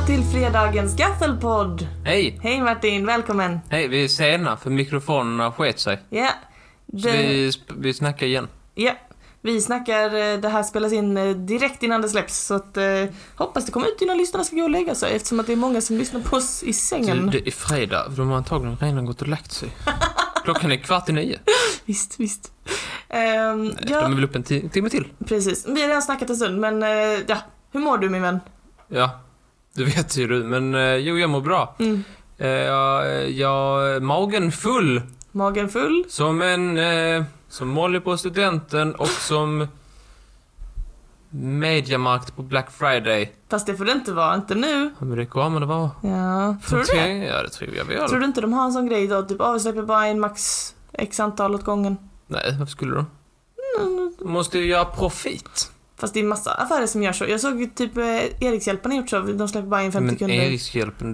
till fredagens gaffelpodd. Hej! Hej Martin, välkommen. Hej, vi är sena för mikrofonerna sket sig. Ja. Så vi snackar igen. Ja, vi snackar, det här spelas in direkt innan det släpps. Så att hoppas det kommer ut innan lyssnarna ska gå och lägga sig. Eftersom att det är många som lyssnar på oss i sängen. Det är fredag, de har antagligen redan gått och lagt sig. Klockan är 8:45. Visst. De är väl upp en timme till. Precis, vi har redan snackat en stund. Men ja, hur mår du min vän? Ja, det vet ju du. Men jag mår bra. Magen full. Magen full? Som Molly på studenten och som Mediamarkt på Black Friday. Fast det får det inte vara, inte nu. Ja, men det kommer det vara. Ja, tror du det? Ja, det tror jag vi gör. Tror du inte de har en sån grej då? Typ, vi släpper bara en max x antal åt gången. Nej, varför skulle de? De måste ju göra profit. Fast det är massa affärer som gör så. Jag såg typ Erikshjälpen har gjort så. De släpper bara in 50 kunder. Men Erikshjälpen,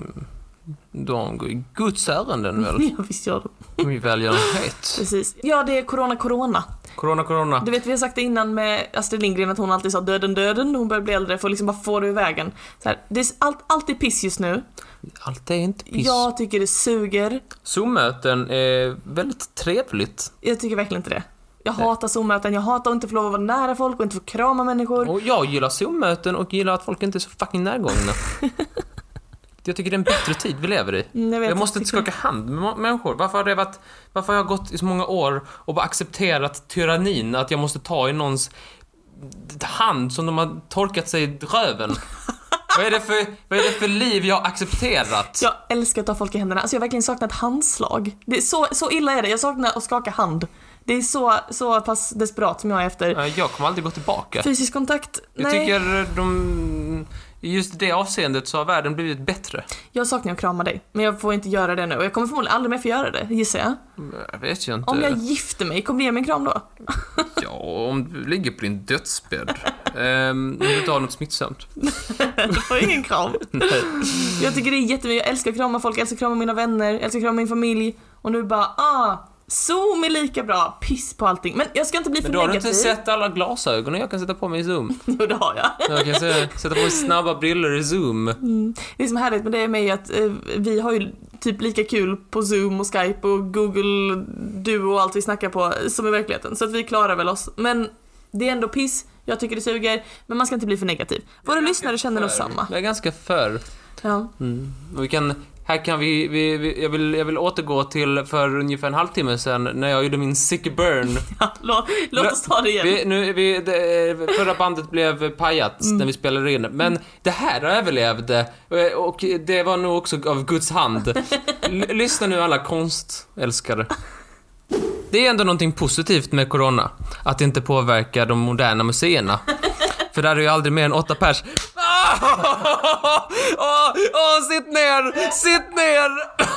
de går i Guds ärenden väl? Ja, visst gör de. De är välgörenhet. Precis. Ja, det är corona. Corona. Du vet, vi har sagt det innan med Astrid Lindgren att hon alltid sa döden. Hon börjar bli äldre för att liksom bara få det ur vägen. Så här, det är allt är piss just nu. Allt är inte piss. Jag tycker det suger. Zoom-möten är väldigt trevligt. Jag tycker verkligen inte det. Jag hatar Zoom-möten. Jag hatar att inte få lov att vara nära folk och inte få krama människor. Och jag gillar Zoom-möten och gillar att folk inte är så fucking närgångna. Jag tycker det är en bättre tid vi lever i. Jag måste inte skaka hand med människor. Varför har jag gått i så många år och bara accepterat tyrannin att jag måste ta i någons hand som de har torkat sig i röven? Vad är det för liv jag har accepterat? Jag älskar att ta folk i händerna. Alltså jag har verkligen saknat handslag. Det är så illa är det. Jag saknar att skaka hand. Det är så pass desperat som jag är efter. Jag kommer aldrig gå tillbaka. Fysisk kontakt. Jag tycker just det avseendet så har världen blivit bättre. Jag saknar att krama dig, men jag får inte göra det nu. Och jag kommer förmodligen aldrig mer få göra det, gissar jag. Jag vet ju inte. Om jag gifter mig, kommer du ge mig en kram då? Ja, om du ligger på din dödsbädd. Om du inte har något smittsamt. Du får ingen kram. Nej. Jag tycker det är jättemycket. Jag älskar att krama folk, jag älskar att krama mina vänner, jag älskar att krama min familj. Och nu bara, Zoom är lika bra. Piss på allting. Men jag ska inte bli för negativ. Men du har inte sett alla glasögonen jag kan sätta på mig i Zoom? Jo, det har jag. Jag kan sätta på mig snabba briller i Zoom. Det som är härligt med det är mig att vi har ju typ lika kul på Zoom och Skype och Google Duo och allt vi snackar på som i verkligheten. Så att vi klarar väl oss. Men det är ändå piss. Jag tycker det suger. Men man ska inte bli för negativ. Våra lyssnare känner nog samma. Jag är ganska för. Ja. Och jag vill återgå till för ungefär en halvtimme sedan när jag gjorde min sick burn. Ja, låt oss ta det igen. Förra bandet blev pajat när vi spelade in. Men det här överlevde. Och det var nog också av Guds hand. Lyssna nu alla konstälskare. Det är ändå någonting positivt med corona. Att det inte påverkar de moderna museerna. För där är ju aldrig mer än 8 pers. Sitt ner.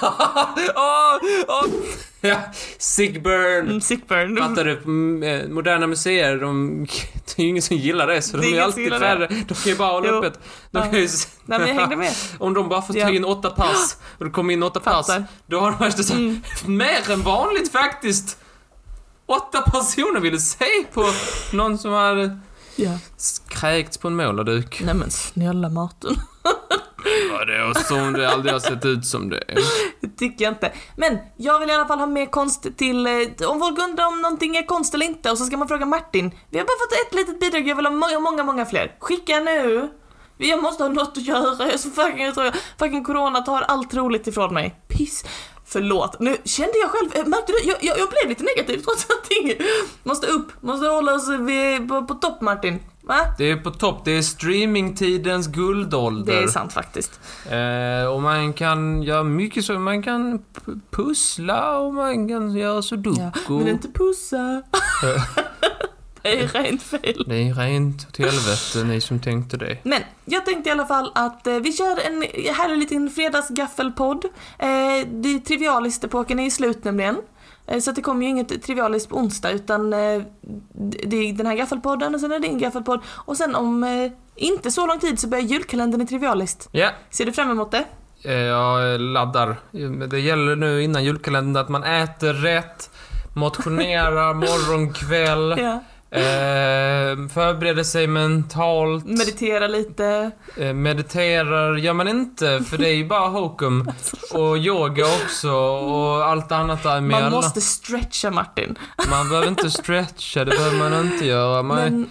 Ja, sick burn. Sick burn. Fattar du? Moderna museer, det är ju ingen som gillar det. Så de är alltid färre. De kan ju bara hålla öppet. Nej, men jag hängde med. Om de bara får ta in 8 pass och det kommer in 8 pass, då har de värsta så mer än vanligt faktiskt. 8 personer ville se på någon som har kräkts på en målarduk. Nej men snälla Martin. Ja, det är som det aldrig har sett ut som det. Det tycker jag inte. Men jag vill i alla fall ha mer konst till om folk undrar om någonting är konst eller inte. Och så ska man fråga Martin. Vi har bara fått ett litet bidrag. Jag vill ha många fler. Skicka nu. Jag måste ha något att göra. Jag så fucking corona tar allt roligt ifrån mig. Piss. Förlåt. Nu kände jag själv. Märkte du? Jag blev lite negativ trots allting. Måste hålla oss på topp, Martin. Va? Det är på topp. Det är streamingtidens guldålder. Det är sant faktiskt. Och man kan göra mycket så. Man kan pussla och man kan göra sudoku. Ja, men inte pussa. Det är rent fel. Det är rent till helvete, ni som tänkte det. Men jag tänkte i alla fall att vi kör en härlig liten fredagsgaffelpodd. Det trivialistepoken är i slut nämligen. Så att det kommer ju inget trivialist på onsdag, utan det är den här gaffelpodden och sen är det en gaffelpodd. Och sen om inte så lång tid så börjar julkalendern i trivialist. Ja. Ser du fram emot det? Jag laddar. Det gäller nu innan julkalendern att man äter rätt, motionerar morgon, kväll. Ja. Förbereder sig mentalt. Meditera lite. Mediterar gör man inte, för det är ju bara hokum. Och yoga också, och allt annat där med. Man måste stretcha, Martin. Man behöver inte stretcha, det behöver man inte göra.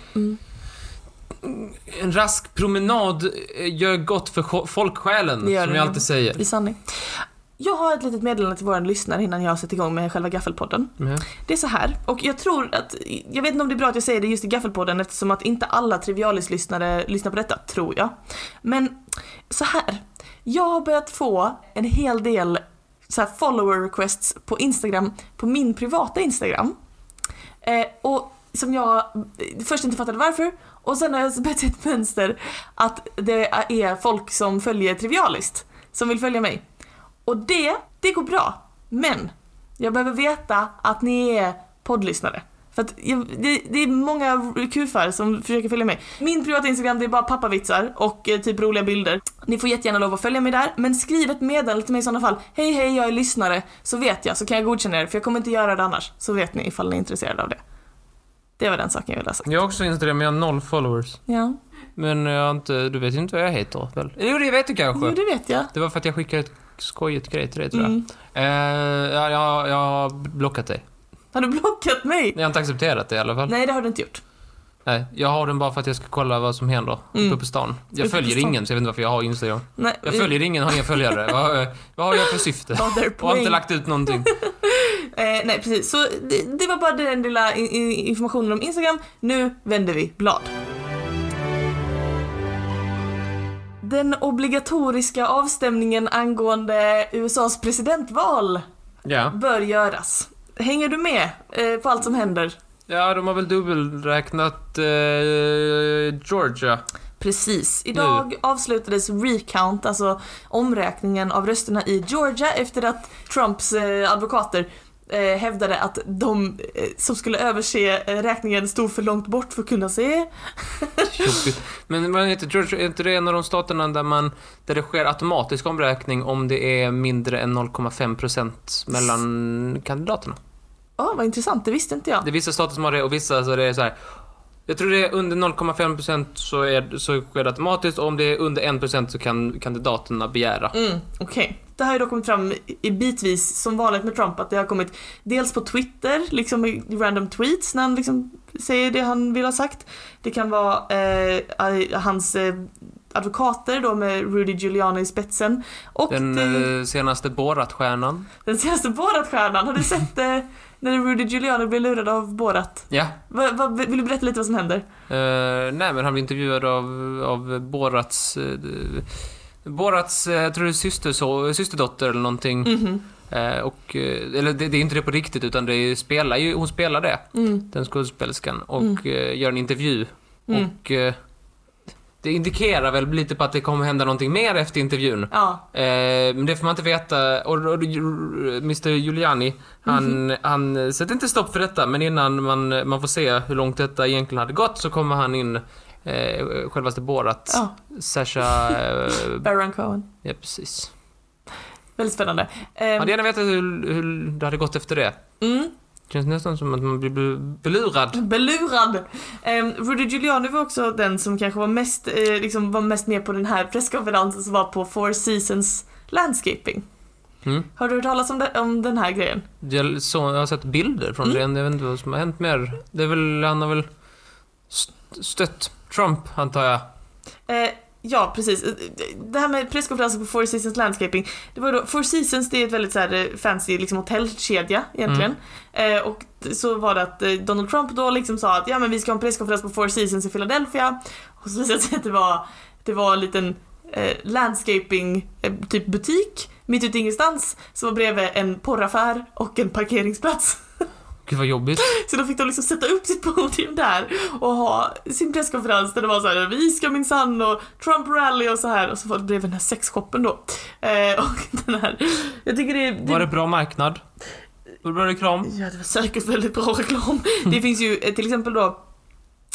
En rask promenad gör gott för folksjälen, som jag alltid säger. I sanning. Jag har ett litet meddelande till våra lyssnare innan jag sätter igång med själva Gaffelpodden. Det är så här, och jag tror att, jag vet inte om det är bra att jag säger det just i Gaffelpodden, eftersom att inte alla Trivialis-lyssnare lyssnar på detta, tror jag. Men så här, jag har börjat få en hel del så här follower requests på Instagram, på min privata Instagram. Och som jag först inte fattade varför, och sen har jag börjat se ett mönster att det är folk som följer Trivialist, som vill följa mig. Och det går bra. Men jag behöver veta att ni är poddlyssnare. För att det är många kufar som försöker följa mig. Min privata Instagram, det är bara pappavitsar och typ roliga bilder. Ni får jättegärna lov att följa mig där. Men skriv ett meddelande till mig i sådana fall. Hej, jag är lyssnare. Så vet jag, så kan jag godkänna er. För jag kommer inte göra det annars. Så vet ni ifall ni är intresserade av det. Det var den saken jag ville säga. Jag har också Instagram, jag har 0 followers. Ja. Men jag har inte, du vet inte vad jag heter väl? Jo, det vet du kanske. Jo, det vet jag. Det var för att jag skickade ett skojigt grej till dig, tror jag. Jag har blockat dig. Har du blockat mig? Jag har inte accepterat det i alla fall. Nej, det har du inte gjort. Nej, jag har den bara för att jag ska kolla vad som händer uppe på stan. Jag följer ingen, så jag vet inte varför jag har Instagram. Nej, jag följer ingen, har inga följare. Vad har jag för syfte? Och har inte lagt ut någonting. Nej, precis. Så det var bara den lilla informationen om Instagram. Nu vänder vi blad. Den obligatoriska avstämningen angående USAs presidentval bör göras. Hänger du med på allt som händer? Ja, de har väl dubbelräknat Georgia. Precis. Idag avslutades recount, alltså omräkningen av rösterna i Georgia, efter att Trumps advokater hävdade att de som skulle överse räkningen stod för långt bort för att kunna se. Men vad heter Georgia? Är inte det en av de staterna där det sker automatisk omräkning om det är mindre än 0,5% mellan kandidaterna? Vad intressant, det visste inte jag. Det är vissa stater som har det, och vissa så är det så här. Jag tror det är under 0,5% så sker det automatiskt, och om det är under 1% så kan kandidaterna begära. Okej. Det har ju då kommit fram i bitvis, som vanligt med Trump, att det har kommit dels på Twitter, liksom i random tweets när han liksom säger det han vill ha sagt. Det kan vara hans advokater då, med Rudy Giuliani i spetsen. Och den senaste Borat-stjärnan. Den senaste Borat-stjärnan, har du sett när Rudy Giuliani blev lurad av Borat? Ja. Vill du berätta lite vad som händer? Nej, men han blev intervjuad av Borats, jag tror det är systerdotter eller någonting. Eller det är inte det på riktigt, utan hon spelar det, den skådespelerskan, och gör en intervju. Och det indikerar väl lite på att det kommer hända någonting mer efter intervjun. Ja. Men det får man inte veta. Och Mr. Giuliani, han sätter inte stopp för detta, men innan man får se hur långt detta egentligen hade gått, så kommer han in självaste Borat, Sacha Baron Cohen. Ja, precis. Väldigt spännande. Hade gärna vetat hur det hade gått efter det. Det känns nästan som att man blir belurad. Rudy Giuliani var också den som kanske var mest med på den här presskonferensen, som var på Four Seasons Landscaping. Har du hört talas om den här grejen? Jag har sett bilder från det. Jag vet inte vad som har hänt mer. Det är väl, han har väl stött Trump, antar jag. Ja, precis. Det här med presskonferensen på Four Seasons Landscaping, det var då, Four Seasons, det är ett väldigt så här fancy liksom hotellkedja egentligen. Och så var det att Donald Trump då liksom sa att men vi ska ha en presskonferens på Four Seasons i Philadelphia. Och så visade det sig att det var en liten landscaping typ butik mitt ute ingenstans, som var bredvid en porraffär och en parkeringsplats. Gud vad jobbigt. Så då fick de liksom sätta upp sitt podium där och ha sin presskonferens där det var så här: vi ska minsann och Trump rally och så här. Och så var det bredvid den här sexshoppen då. Och den här, jag tycker det var det bra marknad? Var det bra reklam? Ja, det var säkert väldigt bra reklam. Det finns ju till exempel då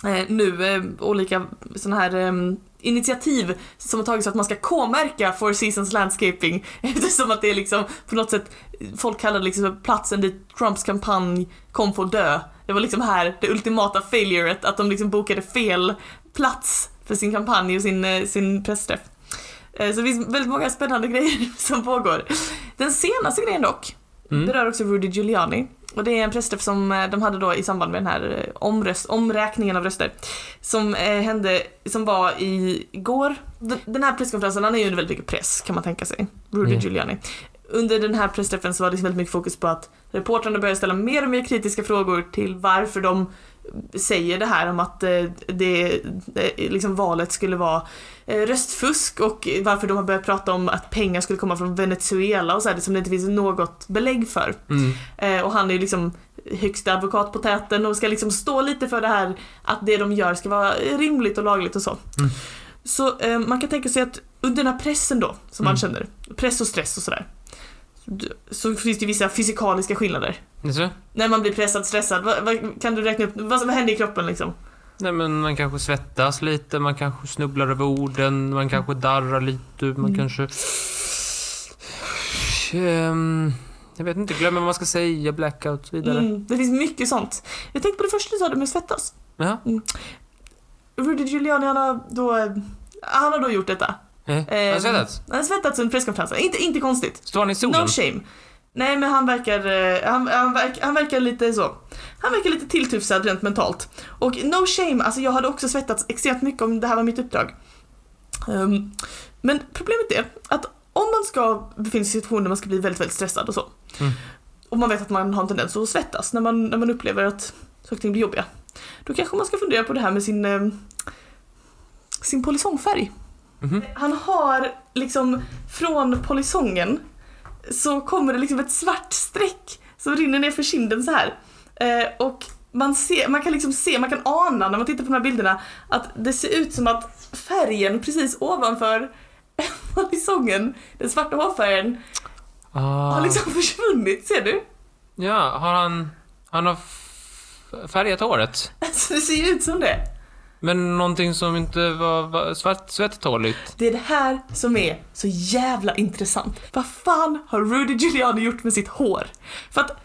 olika såna här initiativ som har tagits så att man ska K-märka Four Seasons Landscaping, eftersom att det är liksom på något sätt, folk kallar det liksom platsen dit Trumps kampanj kom för att dö. Det var liksom här det ultimata failuret, att de liksom bokade fel plats för sin kampanj och sin pressträff. Så det finns väldigt många spännande grejer som pågår. Den senaste grejen dock berör också Rudy Giuliani. Och det är en pressträff som de hade då i samband med den här omräkningen av röster som var igår. Den här presskonferensen, han är ju under väldigt mycket press, kan man tänka sig, Rudy Giuliani. Under den här pressträffen så var det väldigt mycket fokus på att reportrarna började ställa mer och mer kritiska frågor till varför de säger det här om att liksom valet skulle vara röstfusk, och varför de har börjat prata om att pengar skulle komma från Venezuela och så här, som det inte finns något belägg för. Och han är ju liksom högsta advokat på täten och ska liksom stå lite för det här, att det de gör ska vara rimligt och lagligt och så. Så man kan tänka sig att under den här pressen då, som man känner, press och stress och sådär, så finns det vissa fysikaliska skillnader. När man blir pressad, stressad, vad kan du räkna upp? Vad händer i kroppen liksom? Nej, men man kanske svettas lite, man kanske snubblar över orden, man kanske darrar lite, man kanske jag vet inte, glömmer vad man ska säga, blackout och så vidare. Det finns mycket sånt. Jag tänkte på det första du sa, det med svettas. Rudy Giuliani, han har då gjort detta. Han har svettats? Han har svettats under presskonferensen. Inte konstigt. Står han i solen? No shame. Nej, men han verkar lite så. Han verkar lite tilltufsad rent mentalt. Och no shame, alltså jag hade också svettats extremt mycket om det här var mitt uppdrag. Men problemet är att om man ska befinna sig i en situation där man ska bli väldigt, väldigt stressad och så. Och man vet att man har en tendens att svettas när man upplever att saker och ting blir jobbiga. Då kanske man ska fundera på det här med sin polisongfärg. Han har liksom, från polisongen så kommer det liksom ett svart streck som rinner ner för kinden så här. Och man kan ana när man tittar på de här bilderna att det ser ut som att färgen precis ovanför polisongen, den svarta hårfärgen, har liksom försvunnit, ser du? Ja, han har färgat håret. Alltså det ser ju ut som det. Men någonting som inte var svettåligt. Det är det här som är så jävla intressant. Vad fan har Rudy Giuliani gjort med sitt hår? För att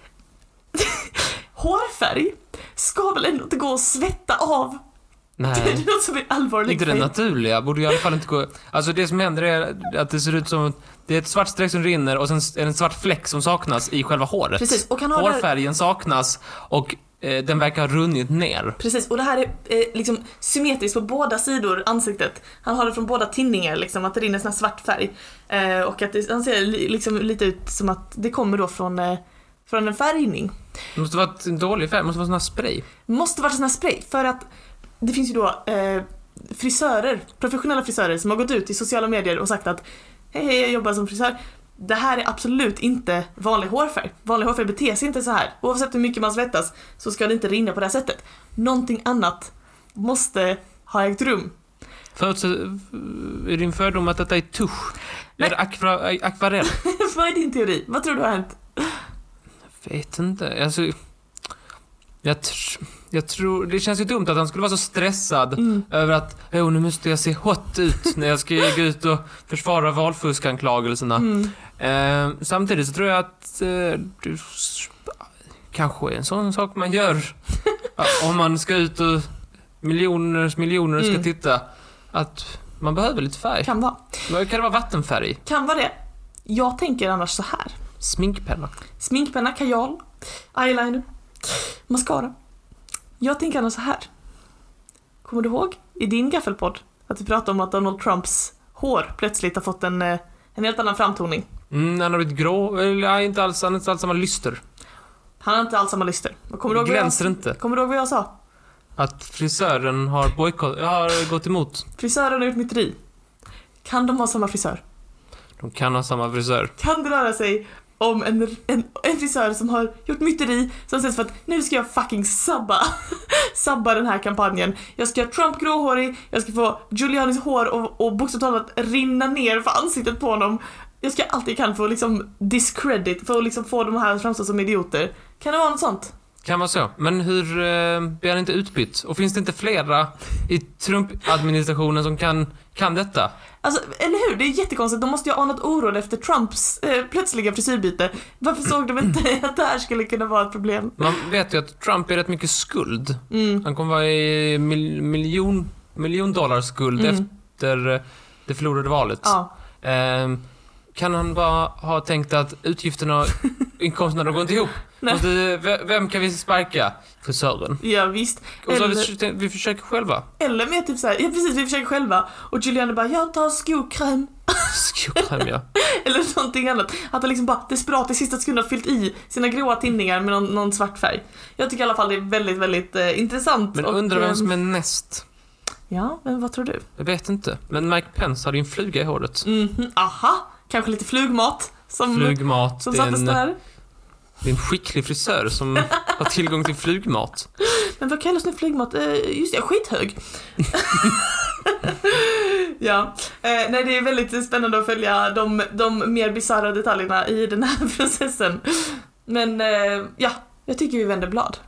hårfärg ska väl ändå inte gå att svetta av. Nej. Det är något som är allvarligt. Inte det naturliga, borde i alla fall inte gå. Alltså det som händer är att det ser ut som det är ett svart streck som rinner och sen är det en svart fläck som saknas i själva håret. Precis, och hårfärgen saknas och den verkar ha runnit ner. Precis, och det här är liksom symmetriskt på båda sidor ansiktet. Han har det från båda tinningar, liksom, att det rinner sån här svart färg. Och att han ser liksom lite ut som att det kommer då från en färgning. Det måste vara en dålig färg, det måste vara sån här spray. Måste vara sån här spray, för att det finns ju då professionella frisörer som har gått ut i sociala medier och sagt att hej, jag jobbar som frisör. Det här är absolut inte vanlig hårfärg. Vanlig hårfärg beter sig inte så här. Oavsett hur mycket man svettas så ska det inte rinna på det här sättet. Någonting annat måste ha ägt rum. Är din fördom att detta är tusch? Nej. Är det akvarell? Vad är din teori? Vad tror du har hänt? Jag vet inte. Alltså, jag tror det känns ju dumt att han skulle vara så stressad över att nu måste jag se hot ut när jag ska gå ut och försvara valfuskanklagelserna. Samtidigt så tror jag att det kanske är en sån sak man gör om man ska ut och miljoner ska titta, att man behöver lite färg. Kan vara. Kan det vara vattenfärg? Kan vara det. Jag tänker annars så här. Sminkpenna, kajal, eyeliner, mascara. Jag tänker annars så här. Kommer du ihåg i din gaffelpodd att vi pratade om att Donald Trumps hår plötsligt har fått en helt annan framtoning? Han har blivit grå, eller han har inte alls samma lyster. Han har inte alls samma lyster. Kommer du ihåg vad jag sa? Att frisören har gått emot. Frisören har gjort myteri. Kan de ha samma frisör? De kan ha samma frisör. Kan det röra sig om en frisör som har gjort myteri, som säger för att nu ska jag fucking sabba den här kampanjen. Jag ska ha Trump gråhårig, jag ska få Giulianis hår och bokstavligt talat rinna ner för ansiktet på honom. Jag ska allt jag kan för att liksom discredit, för att liksom få de här att framstå som idioter. Kan det vara något sånt? Kan vara så. Men hur blir han inte utbytt? Och finns det inte flera i Trump-administrationen som kan detta? Alltså, eller hur? Det är jättekonstigt. De måste ju ha något oråd efter Trumps plötsliga frisyrbyte. Varför såg de inte att det här skulle kunna vara ett problem? Man vet ju att Trump är rätt mycket skuld. Han kommer vara i miljon dollar skuld efter det förlorade valet. Ja. Kan han bara ha tänkt att utgifterna och inkomsterna går inte ihop? Vem kan vi sparka? Frisören. Ja, visst. Och så vi försöker själva. Eller med typ såhär, ja precis, vi försöker själva. Och Giuliani bara, jag tar skokräm. Skokräm, ja. Eller någonting annat. Att han liksom bara desperat i sista sekunden har fyllt i sina gråa tinningar med någon svart färg. Jag tycker i alla fall det är väldigt, väldigt intressant. Men undrar vem som är näst? Ja, men vad tror du? Jag vet inte. Men Mike Pence hade ju en fluga i håret. Aha, kanske lite flugmat. Flugmat. Som sattes där. Det är en skicklig frisör som har tillgång till flugmat. Men vad kallas nu flugmat? Just det, skithög. Ja, nej, det är väldigt spännande att följa de mer bizarra detaljerna i den här processen. Men ja, jag tycker vi vänder blad.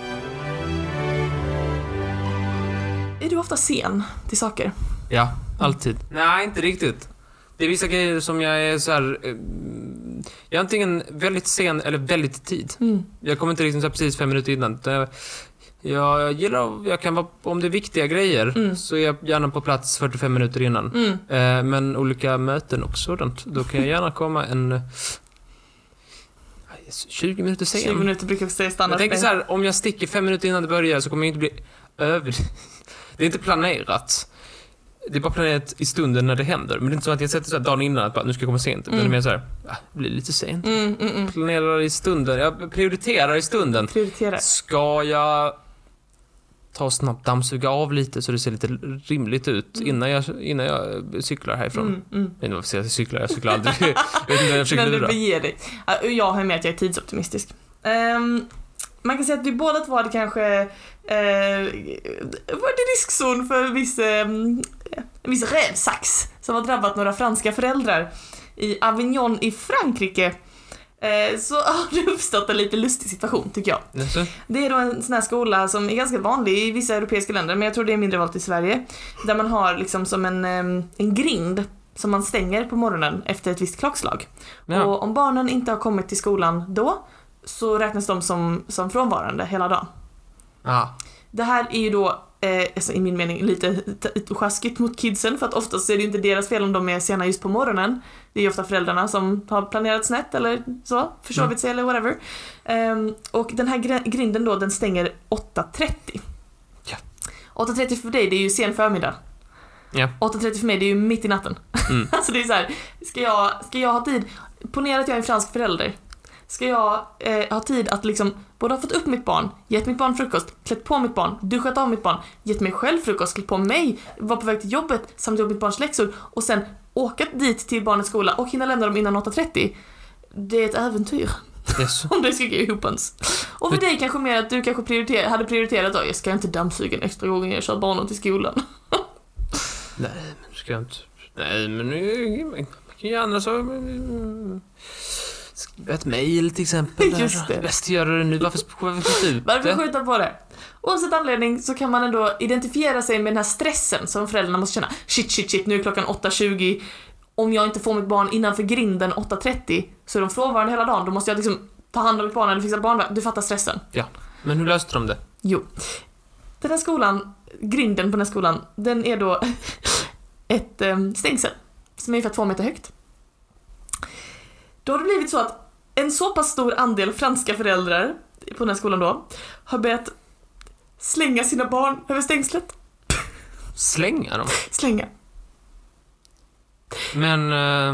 Är du ofta sen till saker? Ja, alltid. Nej, inte riktigt. Det är vissa grejer som jag är så här. Jag är antingen väldigt sen eller väldigt tid. Jag kommer inte riktigt så precis 5 minuter innan. Jag gillar, jag kan vara, om det är viktiga grejer så är jag gärna på plats 45 minuter innan. Men olika möten och sådant, då kan jag gärna komma 20 minuter sen. 20 minuter brukar jag stanna. Jag tänker så här, om jag sticker 5 minuter innan det börjar så kommer jag inte bli över. Det är inte planerat. Det är bara planerat i stunden när det händer. Men det är inte så att jag sätter så här dagen innan att bara, nu ska jag komma sent. Det är mer så här, det blir lite sent. Planerar i stunden. Jag prioriterar i stunden. Ska jag ta snabbt dammsuga av lite så det ser lite rimligt ut innan jag cyklar härifrån. Jag vet inte varför jag cyklar. Jag cyklar aldrig. Jag vet inte vad jag försöker lura. Men du beger dig. Jag har med att jag är tidsoptimistisk. Man kan säga att vi båda två hade kanske varit i riskzon för en viss rävsax som har drabbat några franska föräldrar i Avignon i Frankrike. Så har det uppstått en lite lustig situation, tycker jag. Det är då en sån här skola som är ganska vanlig i vissa europeiska länder, men jag tror det är mindre vanligt i Sverige, där man har liksom som en grind som man stänger på morgonen efter ett visst klockslag. Ja. Och om barnen inte har kommit till skolan då, så räknas de som frånvarande hela dagen. Det här är ju då alltså i min mening lite sjaskigt mot kidsen, för att oftast är det inte deras fel om de är sena just på morgonen. Det är ju ofta föräldrarna som har planerat snett eller så, försovit sig eller whatever. Och den här grinden då, den stänger 8:30. Ja. 8:30 för dig, det är ju sen förmiddag. Ja. 8:30 för mig, det är ju mitt i natten. Alltså det är så här, ska jag ha tid, ponera att jag är en fransk förälder. Ska jag ha tid att liksom både ha fått upp mitt barn, gett mitt barn frukost, klätt på mitt barn, duschat av mitt barn, gett mig själv frukost, klätt på mig, var på väg till jobbet, samt jobbat mitt barns läxor och sen åka dit till barnets skola och hinna lämna dem innan 8:30. Det är ett äventyr. Yes. Om det ska gå ihop ens. Och för dig kanske mer att du kanske hade prioriterat då, jag ska inte dammsuga en extra gång jag kör barnen till skolan. Nej, men ska jag inte. Nej, men gärna så. Ett mejl till exempel. Just det. Bäst göra det nu. Varför skjuta på det? Oavsett anledning så kan man ändå identifiera sig med den här stressen som föräldrarna måste känna. Shit, nu är klockan 8:20. Om jag inte får mitt barn innanför grinden 8:30 så är de frånvarande hela dagen. Då måste jag liksom ta hand om mitt barn eller fixa barnvagn. Du fattar stressen. Ja, men hur löste de det? Jo, den här skolan, grinden på den här skolan, den är då ett stängsel som är ungefär 2 meter högt. Då har det blivit så att en så pass stor andel franska föräldrar på den här skolan då har börjat slänga sina barn över stängslet. Slänga dem? Slänga. Men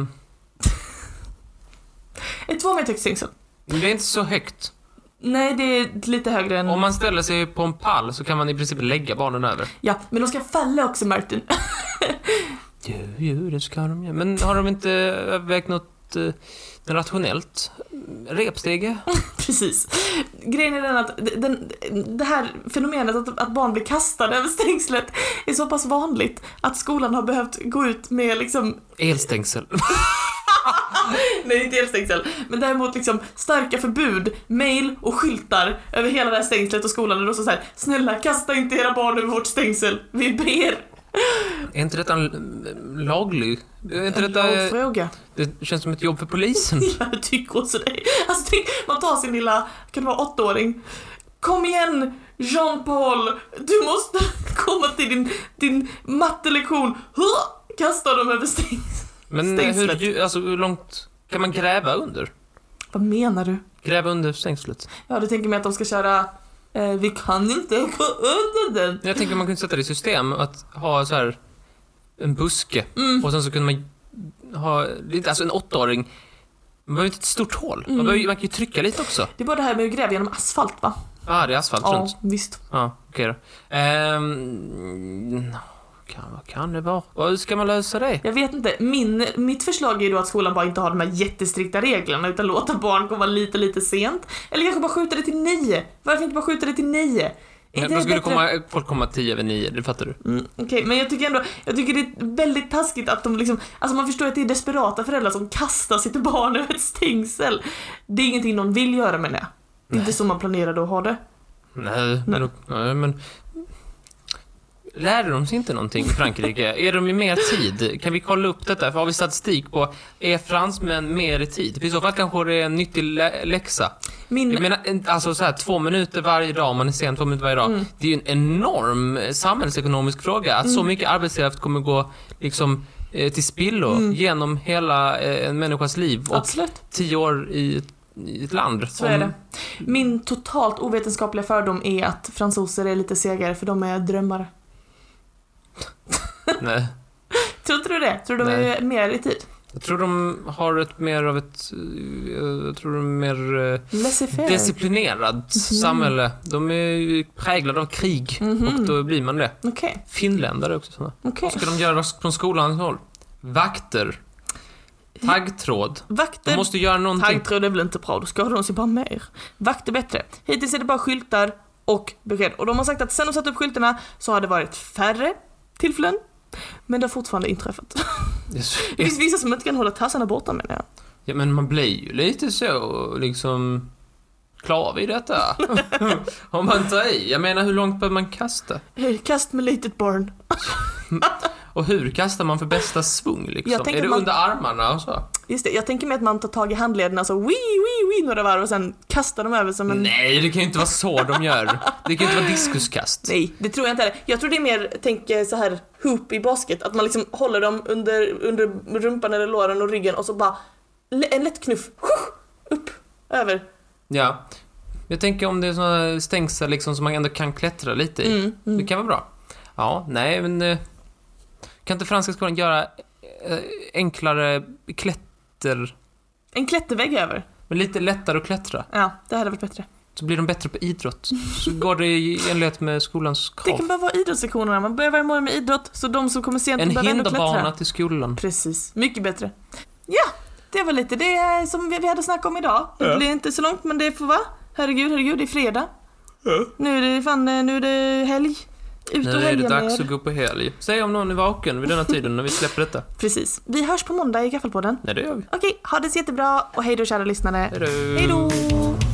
ett 2 meter högt stängsel. Det är inte så högt. Nej, det är lite högre än... Om man ställer sig på en pall så kan man i princip lägga barnen över. Ja, men de ska falla också, Martin. Jo, det ska de göra. Men har de inte övervägt något rationellt repstege? Precis. Grejen är den att det här fenomenet att barn blir kastade över stängslet är så pass vanligt att skolan har behövt gå ut med liksom... Elstängsel. Nej, inte elstängsel. Men däremot liksom starka förbud, mail och skyltar över hela det här stängslet och skolan. Och då så här, snälla kasta inte era barn över vårt stängsel. Vi ber. Är inte detta laglig? Är inte En detta... lagfråga. Det känns som ett jobb för polisen. Jag tycker också det. Alltså, tänk, man tar sin lilla, kan det vara 8-åring. Kom igen, Jean-Paul. Du måste komma till din mattelektion. Kasta dem över Men hur långt kan man gräva under? Vad menar du? Gräva under stängslet? Ja, du tänker mig att de ska köra... vi kan inte gå under den. Jag tänker man kunde sätta det i system att ha så här en buske och sen så kunde man ha lite, alltså en 8-åring. Man behöver inte ett stort hål. Man kan ju trycka lite också. Det är bara det här med att gräva genom asfalt, va? Ja, det är asfalt runt. Ja, visst. Ja, okej då. Vad kan det vara? Hur ska man lösa det? Jag vet inte. Mitt förslag är ju då att skolan bara inte har de här jättestrikta reglerna utan låta barn komma lite sent. Eller kanske bara skjuta det till 9. Varför inte bara skjuta det till 9? Då skulle folk komma 10 över 9, det fattar du. Okej, men jag tycker det är väldigt taskigt att de liksom, alltså man förstår att det är desperata föräldrar som kastar sitt barn över ett stängsel. Det är ingenting någon vill göra, menar jag. Det är inte så man planerade att ha det. Nej. Men lärde de sig inte någonting i Frankrike? Är de i mer tid? Kan vi kolla upp detta? För har vi statistik på, är fransmän mer i tid? För i så fall kanske det är en nyttig läxa. Jag menar, alltså så här, 2 minuter varje dag, om man är sen 2 minuter varje dag. Det är ju en enorm samhällsekonomisk fråga. Att så mycket arbetskraft kommer gå liksom till spillo genom hela en människas liv. Och Absolut. 10 år i ett land. Så är det. Min totalt ovetenskapliga fördom är att fransoser är lite segare för de är drömmare. Nej. Tror inte du det? Tror du de är mer i tid? Jag tror de har ett mer av ett... Jag tror de är mer disciplinerat samhälle. De är präglade av krig. Och då blir man det. Okay. Finländare också sådana. Vad ska de göra från skolans håll? Vakter. Taggtråd. Vakter. De måste göra någonting. Taggtråd är väl inte bra, då ska de sig bara mer. Vakter bättre. Hittills är det bara skyltar och besked. Och de har sagt att sen de satt upp skyltarna så har det varit färre tillfällen. Men det har fortfarande inträffat. Det finns vissa som inte kan hålla tassarna borta, menar jag. Ja, men man blir ju lite så liksom klar vid detta. Om man tar i. Jag menar, hur långt behöver man kasta? Kast med litet barn. Och hur kastar man för bästa svung liksom? Är det under armarna och så? Just det, jag tänker mig att man tar tag i handlederna så wii några varv och sen kastar de över som en... Nej, det kan ju inte vara så de gör. Det kan ju inte vara diskuskast. Nej, det tror jag inte. Jag tror det är mer, tänk så här hoop i basket, att man liksom håller dem under rumpan eller låren och ryggen och så bara en lätt knuff upp, över. Ja. Jag tänker om det är såna stängsel liksom som man ändå kan klättra lite i. Det kan vara bra. Ja, nej, men kan inte franska skolan göra enklare klätter? En klättervägg över. Men lite lättare att klättra. Ja, det hade varit bättre. Så blir de bättre på idrott. Så går det i enlighet med skolans krav. Det kan bara vara idrottslektionerna. Man börjar varje morgon med idrott, så de som kommer sent en behöver ändå klättra. En hinderbana till skolan. Precis, mycket bättre. Ja, det var lite det som vi hade snackat om idag. Det blir inte så långt, men det får vara. Herregud, det är fredag. Ja. Nu är det helg. Nu är det dags att gå på helg. Säg om någon är vaken vid denna tiden när vi släpper detta. Precis. Vi hörs på måndag i Gaffelpodden. Nej, det gör vi. Okej, ha det så jättebra och hej då, kära lyssnare. Hej då.